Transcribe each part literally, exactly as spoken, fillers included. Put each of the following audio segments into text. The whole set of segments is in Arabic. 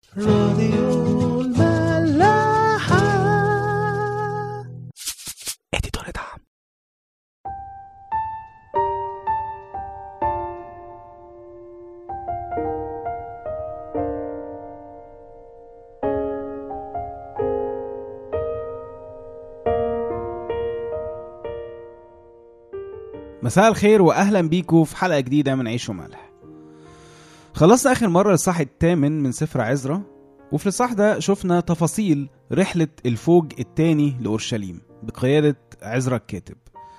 راديو الملاحة. اديتور دعم. مساء الخير واهلا بيكم في حلقة جديدة من عيش وملح. خلصنا اخر مرة الصح الثامن من سفر عزرا، وفي الصح ده شفنا تفاصيل رحلة الفوج الثاني لأورشليم بقيادة عزرا الكاتب.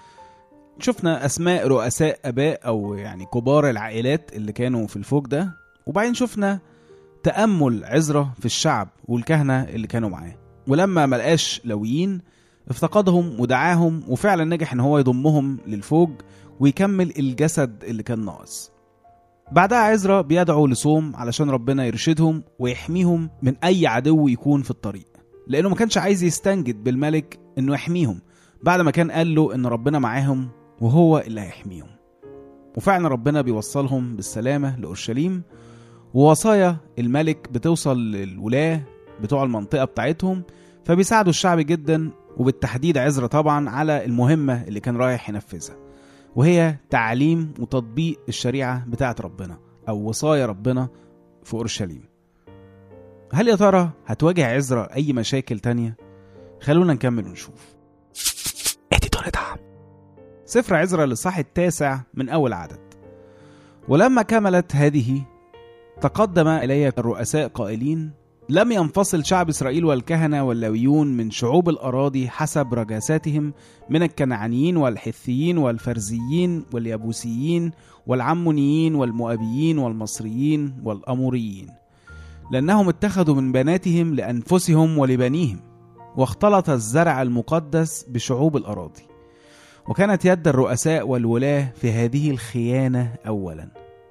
شفنا اسماء رؤساء اباء او يعني كبار العائلات اللي كانوا في الفوج ده، وبعدين شفنا تأمل عزرا في الشعب والكهنة اللي كانوا معاه، ولما ملقاش لويين افتقدهم ودعاهم، وفعلا نجح ان هو يضمهم للفوج ويكمل الجسد اللي كان ناقص. بعدها عزرا بيدعو لصوم علشان ربنا يرشدهم ويحميهم من اي عدو يكون في الطريق، لانه ما كانش عايز يستنجد بالملك انه يحميهم بعد ما كان قال له ان ربنا معاهم وهو اللي هيحميهم. وفعلا ربنا بيوصلهم بالسلامة لأورشليم، ووصايا الملك بتوصل للولاة بتوع المنطقة بتاعتهم، فبيساعدوا الشعب جدا، وبالتحديد عزرا طبعا على المهمة اللي كان رايح ينفذها، وهي تعليم وتطبيق الشريعة بتاعت ربنا أو وصايا ربنا في أورشليم. هل يا ترى هتواجه عزرا أي مشاكل تانية؟ خلونا نكمل ونشوف. اديتور دعم. سفر عزرا للصح التاسع من أول عدد. ولما كملت هذه تقدم إلي الرؤساء قائلين: لم ينفصل شعب إسرائيل والكهنة واللاويون من شعوب الأراضي حسب رجاساتهم من الكنعانيين والحثيين والفرزيين واليابوسيين والعمونيين والمؤابيين والمصريين والأموريين، لأنهم اتخذوا من بناتهم لأنفسهم ولبنيهم، واختلط الزرع المقدس بشعوب الأراضي. وكانت يد الرؤساء والولاة في هذه الخيانة أولا.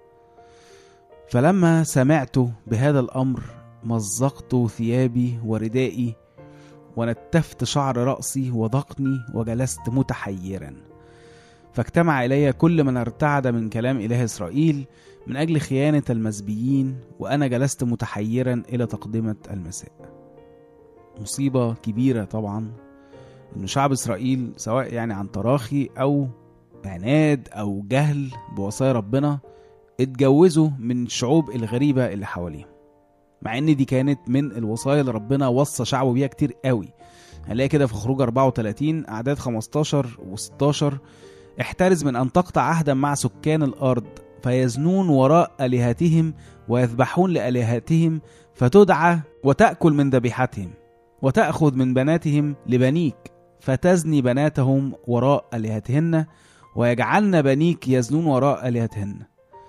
فلما سمعت بهذا الأمر مزقت ثيابي وردائي ونتفت شعر رأسي وضقني وجلست متحيرا. فاجتمع إلي كل من ارتعد من كلام إله إسرائيل من أجل خيانة المزبيين، وأنا جلست متحيرا إلى تقدمة المساء. مصيبة كبيرة طبعا إن شعب إسرائيل سواء يعني عن تراخي أو عناد أو جهل بوصايا ربنا اتجوزوا من الشعوب الغريبة اللي حواليهم، مع ان دي كانت من الوصايا اللي ربنا وصى شعبه بيها كتير قوي. هنلاقي كده في خروج أربعة وثلاثين اعداد خمستاشر وستاشر: احترز من ان تقطع عهدا مع سكان الارض فيزنون وراء الهتهم ويذبحون لالهتهم، فتدعى وتأكل من ذبيحتهم، وتأخذ من بناتهم لبنيك فتزني بناتهم وراء الهتهن، ويجعلن بنيك يزنون وراء الهتهن.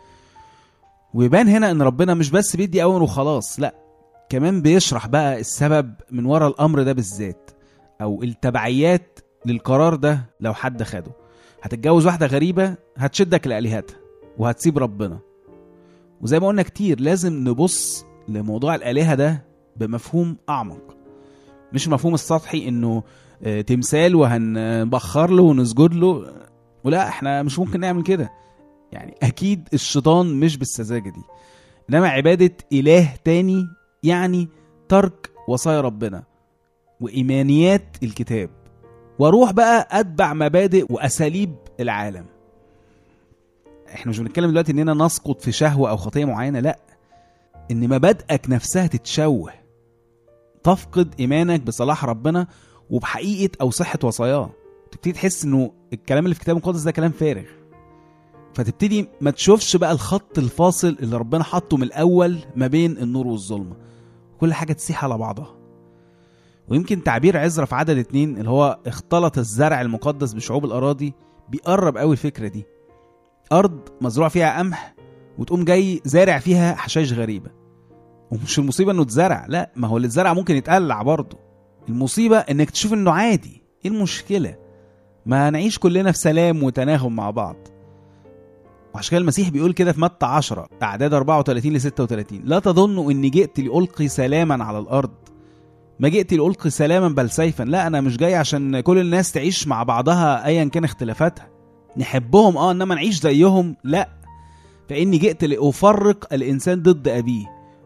ويبان هنا ان ربنا مش بس بيدي امر وخلاص، لا كمان بيشرح بقى السبب من وراء الامر ده بالذات، او التبعيات للقرار ده. لو حد خده هتتجوز واحدة غريبة هتشدك لآلهتها وهتسيب ربنا. وزي ما قلنا كتير لازم نبص لموضوع الآلهة ده بمفهوم اعمق، مش المفهوم السطحي انه تمثال وهنبخر له ونسجد له، ولا احنا مش ممكن نعمل كده. يعني أكيد الشيطان مش بالسذاجة دي، إنما عبادة إله تاني يعني ترك وصايا ربنا وإيمانيات الكتاب، واروح بقى أتبع مبادئ وأساليب العالم. إحنا مش بنتكلم دلوقتي إننا نسقط في شهوة أو خطية معينة، لأ، إن مبادئك نفسها تتشوه، تفقد إيمانك بصلاح ربنا وبحقيقة أو صحة وصاياه، تبتدي تحس إنه الكلام اللي في الكتاب المقدس ده كلام فارغ، فتبتدي ما تشوفش بقى الخط الفاصل اللي ربنا حطه من الأول ما بين النور والظلمة، كل حاجة تسيح على بعضها. ويمكن تعبير عزرا في عدد اتنين اللي هو اختلط الزرع المقدس بشعوب الأراضي بيقرب قوي الفكرة دي. أرض مزروع فيها قمح وتقوم جاي زارع فيها حشائش غريبة، ومش المصيبة انه تزرع، لا، ما هو اللي تزرع ممكن يتقلع برضه. المصيبة انك تشوف انه عادي. ايه المشكلة؟ ما نعيش كلنا في سلام وتناغم مع بعض. وعشان كده المسيح بيقول كده في متى عشرة اعداد أربعة وثلاثين لستة وثلاثين: لا تظنوا اني جئت لألقي سلاما على الارض، ما جئت لألقي سلاما بل سيفا. لا، انا مش جاي عشان كل الناس تعيش مع بعضها ايا كان اختلافاتها، نحبهم اه انما نعيش زيهم، لا، فاني جئت لأفرق الانسان ضد ابيه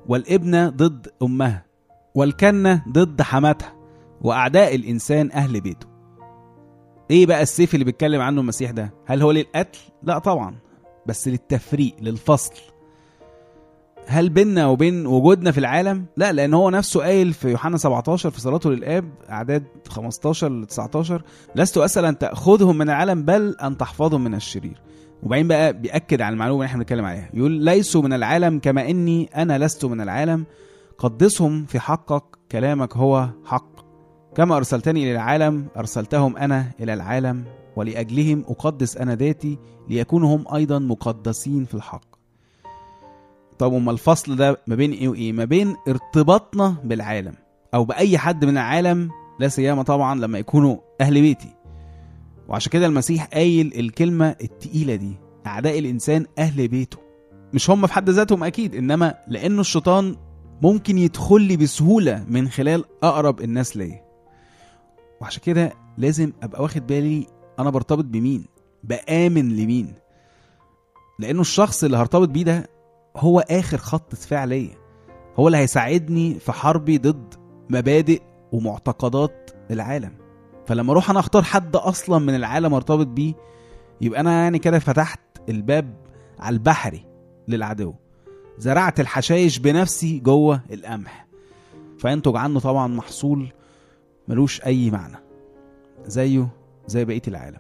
والابنة ضد أمها، والكنة ضد حماتها، وأعداء الإنسان أهل بيته. إيه بقى السيف اللي بيتكلم عنه المسيح ده؟ هل هو للقتل؟ لا طبعا، بس للتفريق، للفصل. هل بيننا وبين وجودنا في العالم؟ لا، لأن هو نفسه قايل في يوحنا سبعتاشر في صلاته للآب أعداد خمستاشر لتسعتاشر: لست أسأل أن تأخذهم من العالم بل أن تحفظهم من الشرير. وبعدين بقى بيأكد على المعلومة اللي احنا بنتكلم عليها، يقول: ليسوا من العالم كما إني أنا لست من العالم، قدسهم في حقك، كلامك هو حق. كما أرسلتني إلى العالم أرسلتهم أنا إلى العالم، ولأجلهم أقدس أنا ذاتي ليكونوا هم أيضا مقدسين في الحق. طب أما الفصل ده ما بين إيه وإيه؟ ما بين ارتباطنا بالعالم أو بأي حد من العالم، لا سيما طبعا لما يكونوا أهل بيتي. وعشان كده المسيح قايل الكلمة التقيلة دي: أعداء الإنسان أهل بيته. مش هم في حد ذاتهم أكيد، إنما لأنه الشيطان ممكن يدخل لي بسهولة من خلال أقرب الناس ليا. وعشان كده لازم أبقى واخد بالي أنا برتبط بمين، بآمن لمين، لأنه الشخص اللي هرتبط بيه ده هو آخر خط دفاع ليا، هو اللي هيساعدني في حربي ضد مبادئ ومعتقدات العالم. فلما اروح انا اختار حد اصلا من العالم ارتبط بيه، يبقى انا يعني كده فتحت الباب على البحري للعدو، زرعت الحشائش بنفسي جوه القمح، فينتج عنه طبعا محصول ملوش اي معنى، زيه زي بقية العالم.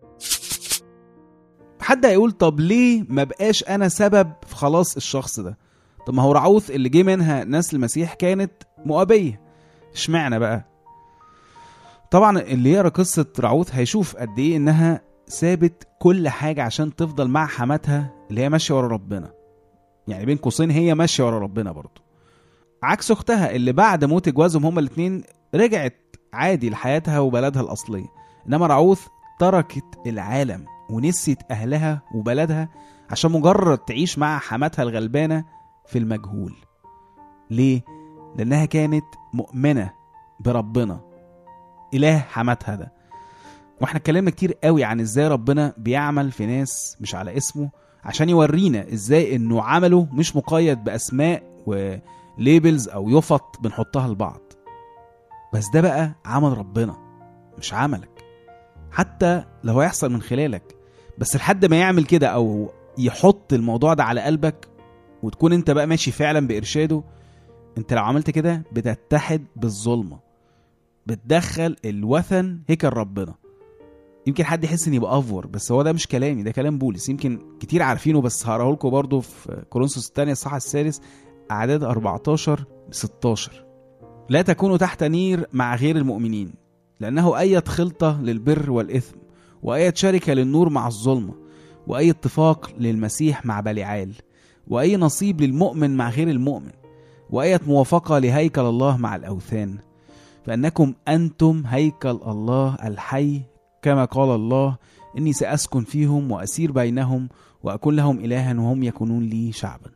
حد هيقول: طب ليه ما بقاش انا سبب في خلاص الشخص ده؟ طب ما هو رعوث اللي جه منها نسل المسيح كانت مؤابية، اشمعنى بقى؟ طبعا اللي يقرا قصة رعوث هيشوف قد ايه انها سابت كل حاجة عشان تفضل مع حماتها اللي هي ماشية ورا ربنا، يعني بين قوسين هي ماشية ورا ربنا برضو، عكس اختها اللي بعد موت جوازهم هما الاتنين رجعت عادي لحياتها وبلدها الأصلية. انما رعوث تركت العالم ونسيت أهلها وبلدها عشان مجرد تعيش مع حماتها الغلبانة في المجهول. ليه؟ لأنها كانت مؤمنة بربنا إله حماتها ده. واحنا اتكلمنا كتير قوي عن ازاي ربنا بيعمل في ناس مش على اسمه عشان يورينا ازاي انه عمله مش مقيد بأسماء وليبلز او يفط بنحطها لبعض، بس ده بقى عمل ربنا مش عملك، حتى لو هيحصل من خلالك. بس لحد ما يعمل كده او يحط الموضوع ده على قلبك وتكون انت بقى ماشي فعلا بإرشاده، انت لو عملت كده بتتحد بالظلمة، بتدخل الوثن هيكل ربنا. يمكن حد يحس اني بأفور، بس هو ده مش كلامي، ده كلام بولس، يمكن كتير عارفينه، بس هقراه لكم برضو في كورنثوس الثانية الصح السادس أعداد أربعتاشر ستاشر: لا تكونوا تحت نير مع غير المؤمنين، لأنه أي خلطة للبر والإثم، وأي شركة للنور مع الظلمة، وأي اتفاق للمسيح مع بليعال، وأي نصيب للمؤمن مع غير المؤمن، وأي موافقة لهيكل الله مع الأوثان، فأنكم أنتم هيكل الله الحي، كما قال الله: إني سأسكن فيهم وأسير بينهم وأكون لهم إلها وهم يكونون لي شعبا.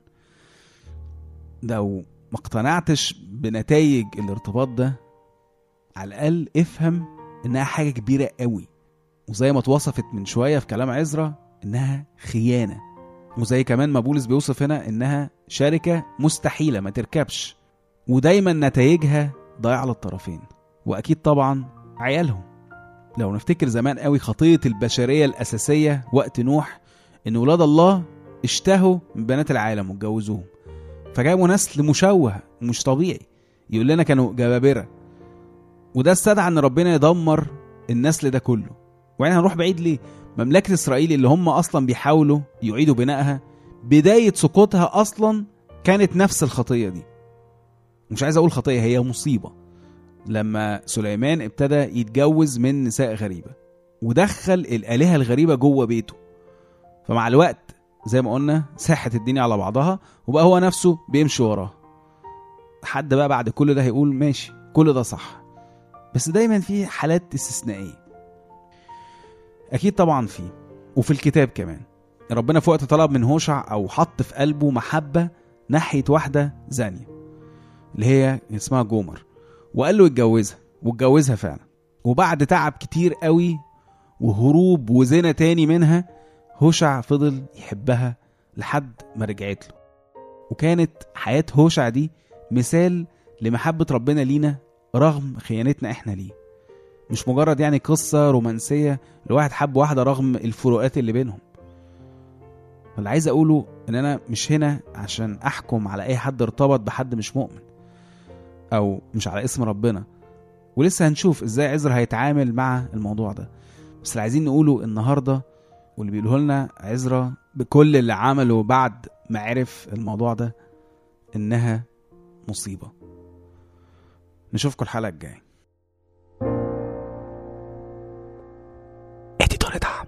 لو ما اقتنعتش بنتائج الارتباط ده، على الأقل افهم إنها حاجة كبيرة قوي، وزي ما اتوصفت من شوية في كلام عزرا إنها خيانة، وزي كمان ما بولس بيوصف هنا إنها شركة مستحيلة ما تركبش، ودايما نتائجها ضيع للطرفين، وأكيد طبعا عيالهم. لو نفتكر زمان قوي خطية البشرية الأساسية وقت نوح، إن ولاد الله اشتهوا من بنات العالم واتجوزوهم، فجابوا نسل مشوه ومش طبيعي، يقول لنا كانوا جبابرة، وده استدعى ان ربنا يدمر النسل ده كله. ويعني هنروح بعيد ليه؟ مملكة إسرائيل اللي هم أصلا بيحاولوا يعيدوا بنائها، بداية سقوطها أصلا كانت نفس الخطية دي. مش عايز أقول خطية، هي مصيبة، لما سليمان ابتدى يتجوز من نساء غريبة ودخل الآلهة الغريبة جوه بيته، فمع الوقت زي ما قلنا ساحت الدنيا على بعضها، وبقى هو نفسه بيمشي وراها. حد بقى بعد كل ده هيقول ماشي كل ده صح، بس دايما في حالات استثنائية. أكيد طبعا فيه، وفي الكتاب كمان ربنا في وقت طلب من هوشع أو حط في قلبه محبة ناحية واحدة زانية اللي هي اسمها جومر، وقال له يتجوزها، واتجوزها فعلا. وبعد تعب كتير قوي وهروب وزنا تاني منها، هوشع فضل يحبها لحد ما رجعت له. وكانت حياة هوشع دي مثال لمحبة ربنا لينا رغم خيانتنا احنا ليه. مش مجرد يعني قصة رومانسية لواحد حب واحدة رغم الفروقات اللي بينهم. اللي عايز اقوله ان انا مش هنا عشان احكم على اي حد ارتبط بحد مش مؤمن او مش على اسم ربنا، ولسه هنشوف ازاي عزرا هيتعامل مع الموضوع ده. بس اللي عايزين نقوله النهاردة واللي بيقوله لنا عزرا بكل اللي عمله بعد ما عرف الموضوع ده انها مصيبة. نشوفكم الحلقة الجاية. ادي دعم.